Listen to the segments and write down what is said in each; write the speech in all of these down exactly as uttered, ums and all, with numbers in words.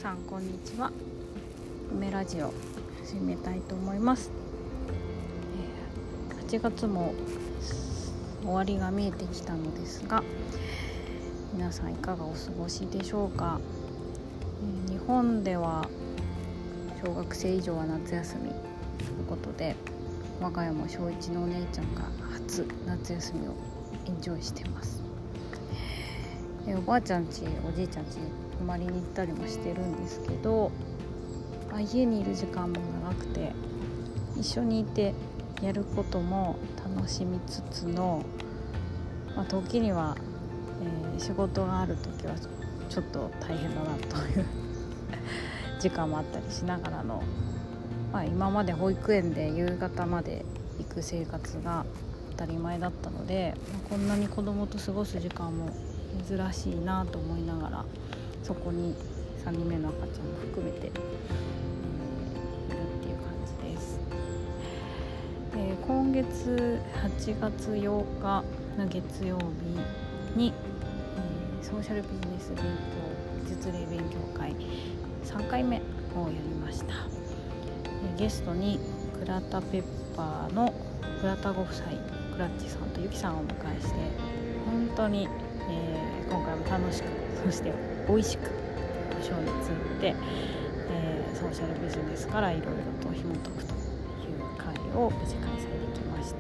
さんこんにちは。梅ラジオ始めたいと思います。えー、はちがつも終わりが見えてきたのですが、皆さんいかがお過ごしでしょうか。えー、日本では小学生以上は夏休みということで、我が家も小いちのお姉ちゃんが初夏休みをエンジョイしてます。えー、おばあちゃん家おじいちゃん家泊まりに行ったりもしてるんですけど、あ家にいる時間も長くて、一緒にいてやることも楽しみつつの、まあ、時には、えー、仕事がある時はちょっと大変だなという時間もあったりしながらの、まあ、今まで保育園で夕方まで行く生活が当たり前だったので、まあ、こんなに子供と過ごす時間も珍しいなと思いながら、そこにさんにんめの赤ちゃんも含めて、えー、いるっていう感じです。えー、今月はちがつようかの月曜日に、えー、ソーシャルビジネス勉強実例勉強会さんかいめをやりました。えー、ゲストに倉田ペッパーの倉田ご夫妻、クラッチさんとゆきさんをお迎えして、本当に、えー、今回も楽しく、そして美味しく胡椒について、えー、ソーシャルビジネスからいろいろと紐解くという会を無事開催できました。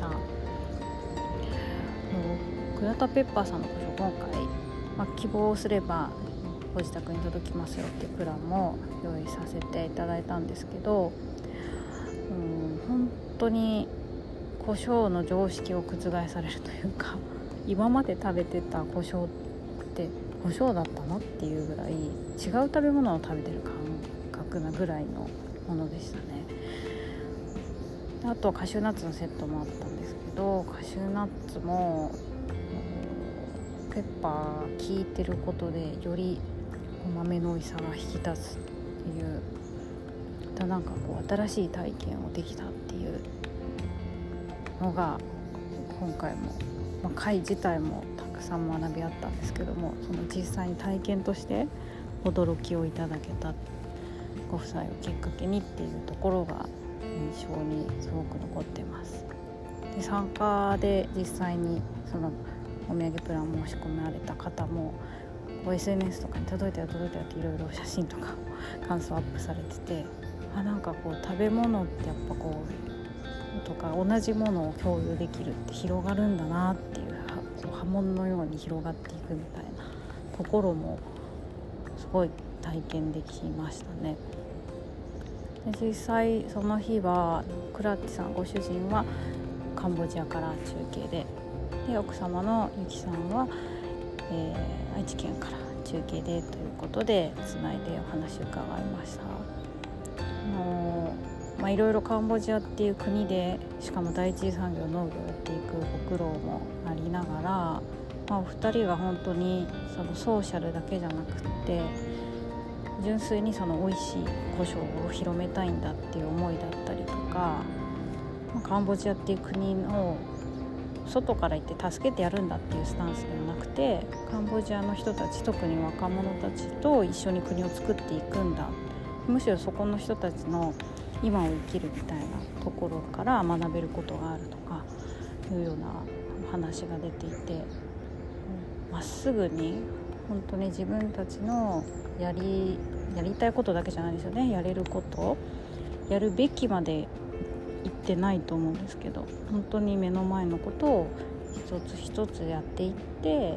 倉田ペッパーさんの胡椒、今回、まあ、希望すればご自宅に届きますよっていうプランも用意させていただいたんですけど、うん本当に胡椒の常識を覆されるというか、今まで食べてた胡椒って胡椒だったのっていうぐらい違う食べ物を食べてる感覚なぐらいのものでしたね。あとはカシューナッツのセットもあったんですけど、カシューナッツもペッパー効いてることでより豆の美味しさが引き立つっていう、またなんかこう新しい体験をできたっていうのが今回も、まあ、会自体もたくさん学びあったんですけども、その実際に体験として驚きをいただけたご夫妻をきっかけにっていうところが印象にすごく残ってます。で参加で実際にそのお土産プラン申し込まれた方も エスエヌエス とかに届いたよ届いたよっていろいろ写真とか感想アップされてて、あなんかこう食べ物ってやっぱこうとか同じものを共有できるって広がるんだなっていう、波紋のように広がっていくみたいなところもすごい体験できましたね。で実際その日はクラッチさんご主人はカンボジアから中継で、で奥様のゆきさんは、えー、愛知県から中継でということでつないでお話を伺いました。あのまあ、いろいろカンボジアっていう国で、しかも第一次産業農業をやっていくご苦労もありながら、まあ、お二人が本当にそのソーシャルだけじゃなくって純粋にその美味しい胡椒を広めたいんだっていう思いだったりとか、まあ、カンボジアっていう国を外から行って助けてやるんだっていうスタンスではなくて、カンボジアの人たち、特に若者たちと一緒に国を作っていくんだ、むしろそこの人たちの今を生きるみたいなところから学べることがあるとかいうような話が出ていて、まっすぐに本当に自分たちのやり、やりたいことだけじゃないですよね、やれることやるべきまで言ってないと思うんですけど、本当に目の前のことを一つ一つやっていって、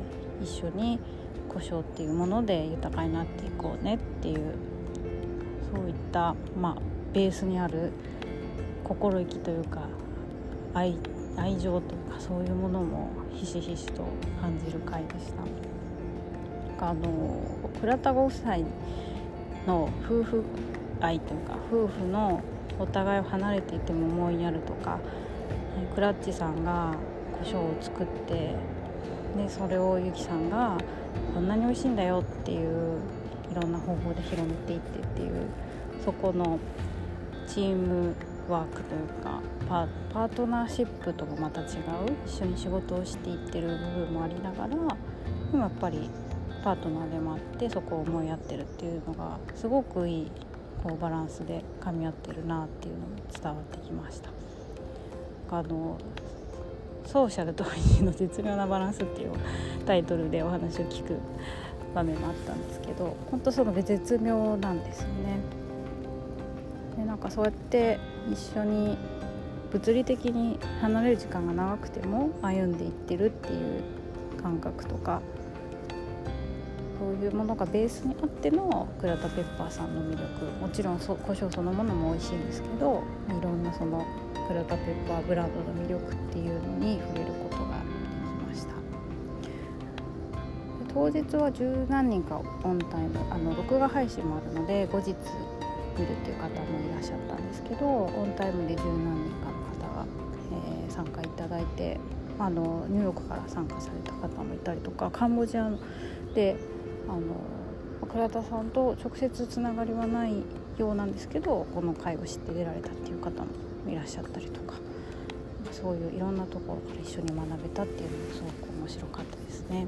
一緒に胡椒っていうもので豊かになっていこうねっていう、そういった、まあ、ベースにある心意気というか 愛, 愛情というか、そういうものもひしひしと感じる回でした。あの倉田ご夫妻の夫婦愛というか、夫婦のお互いを離れていても思いやるとか、クラッチさんが胡椒を作って、でそれをゆきさんがこんなに美味しいんだよっていういろんな方法で広めていってっていう、そこのチームワークというか パ, パートナーシップともまた違う、一緒に仕事をしていってる部分もありながら、でもやっぱりパートナーでもあってそこを思い合ってるっていうのがすごくいいこうバランスで噛み合ってるなっていうのも伝わってきました。あのソーシャルとビジの絶妙なバランスっていうタイトルでお話を聞く場面もあったんですけど、本当その絶妙なんですよね。でなんかそうやって一緒に物理的に離れる時間が長くても歩んでいってるっていう感覚とか、そういうものがベースにあっての倉田ペッパーさんの魅力、もちろんそ胡椒そのものも美味しいんですけど、いろんなその倉田ペッパーブランドの魅力っていうのに触れることができました。で当日は十何人かオンタイム、あの録画配信もあるので後日見るっていう方もいらっしゃったんですけど、オンタイムで十何人かの方が、えー、参加いただいて、あのニューヨークから参加された方もいたりとか、カンボジアであの倉田さんと直接つながりはないようなんですけど、この会を知って出られたっていう方もいらっしゃったりとか、そういういろんなところから一緒に学べたっていうのもすごく面白かったですね。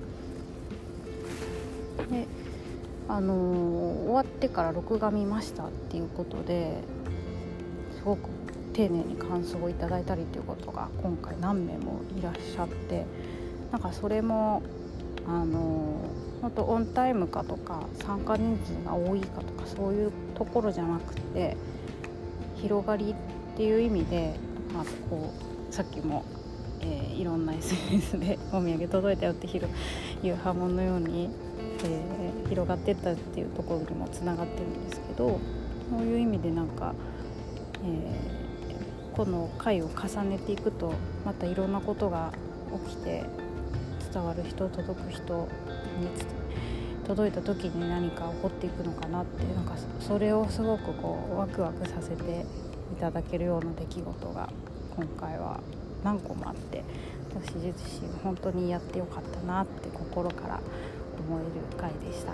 で、あのー、終わってから録画見ましたっていうことですごく丁寧に感想をいただいたりっていうことが今回何名もいらっしゃって、なんかそれもあのー、本当オンタイムかとか参加人数が多いかとかそういうところじゃなくて、広がりっていう意味で、まあ、こうさっきも、えー、いろんな エスエヌエス でお土産届いたよっていう波紋のように、えー、広がってったっていうところにもつながってるんですけど、そういう意味でなんか、えー、この回を重ねていくとまたいろんなことが起きて、伝わる人届く人に届いた時に何か起こっていくのかなって、なんかそれをすごくこうワクワクさせていただけるような出来事が今回は何個もあって、私自身本当にやってよかったなって心から思える回でした。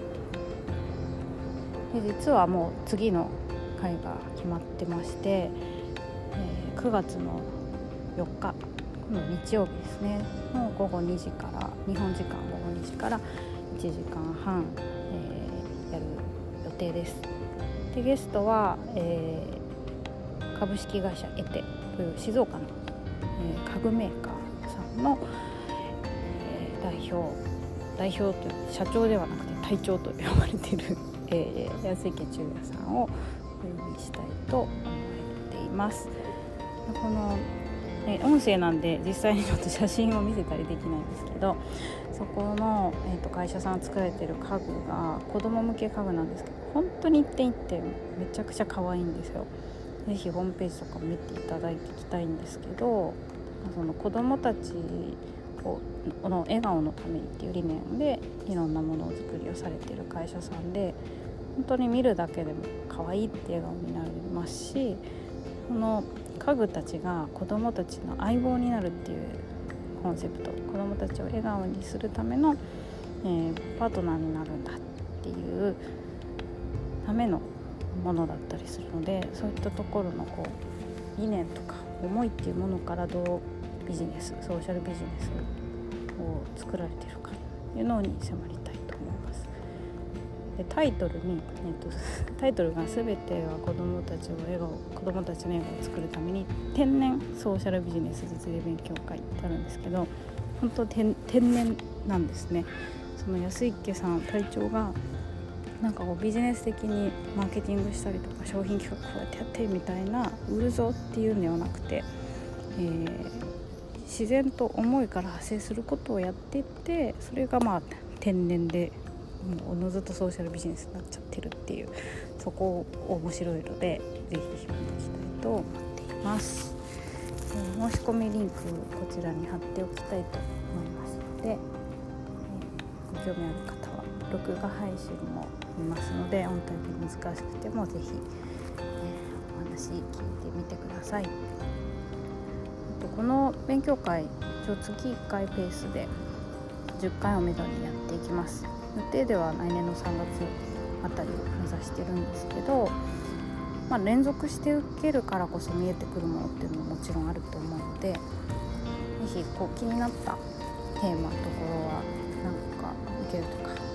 で実はもう次の回が決まってまして、えー、くがつのよっかの日曜日ですねの午後にじから日本時間午後にじからいちじかんはん、えー、やる予定です。でゲストは、えー、株式会社エテという静岡の、えー、家具メーカーさんの、えー、代表代表という社長ではなくて隊長と呼ばれている、えー、安池忠也さんをお呼びしたいと思っています。このえ音声なんで実際にちょっと写真を見せたりできないんですけど、そこの、えー、と会社さんが作られている家具が子供向け家具なんですけど、本当に一点一点めちゃくちゃ可愛いんですよ。ぜひホームページとか見ていただいていきたいんですけど、その子供たちをの笑顔のためにっていう理念でいろんなものを作りをされている会社さんで、本当に見るだけでも可愛いって笑顔になりますし、その家具たちが子どもたちの相棒になるっていうコンセプト、子どもたちを笑顔にするための、えー、パートナーになるんだっていうためのものだったりするので、そういったところのこう理念とか思いっていうものからどうビジネスソーシャルビジネスを作られているかというのに迫りたいと思います。でタイトルに、えっと、タイトルが全ては子どもたちを笑顔子どもたちの笑顔を作るために天然ソーシャルビジネス実例勉強会ってあるんですけど、本当天然なんですね。その安池さん隊長がなんかこうビジネス的にマーケティングしたりとか商品企画こうやってやってみたいな売るぞっていうんではなくて、えー、自然と思いから派生することをやっていって、それがまあ天然でもうおのずとソーシャルビジネスになっちゃってるっていう、そこ面白いのでぜひ読んでいきたいと思っています。えー、申し込みリンクこちらに貼っておきたいと思いますので、えー、ご興味ある方は録画配信も見ますので、オンタイム難しくてもぜひ、えー、お話聞いてみてください。この勉強会月いっかいペースでじゅっかいをめどにやっていきます。予定では来年のさんがつあたりを目指してるんですけど、まあ、連続して受けるからこそ見えてくるものっていうのももちろんあると思うので、ぜひこう気になったテーマのところは何か受けるとか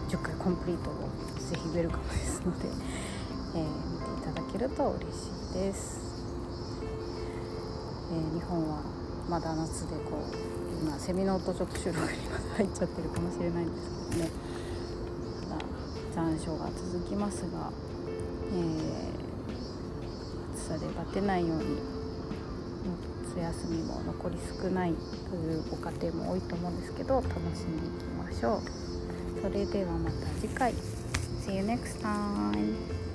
じゅっかいコンプリートをぜひウェルカムですので、えー、見ていただけると嬉しいです。えー、日本はまだ夏でこう今セミの音ちょっと収録にまだ入っちゃってるかもしれないんですけどね、まだ残暑が続きますが、えー、暑さでバテないように夏休みも残り少ないというご家庭も多いと思うんですけど、楽しんでいきましょう。それではまた次回 See you next time.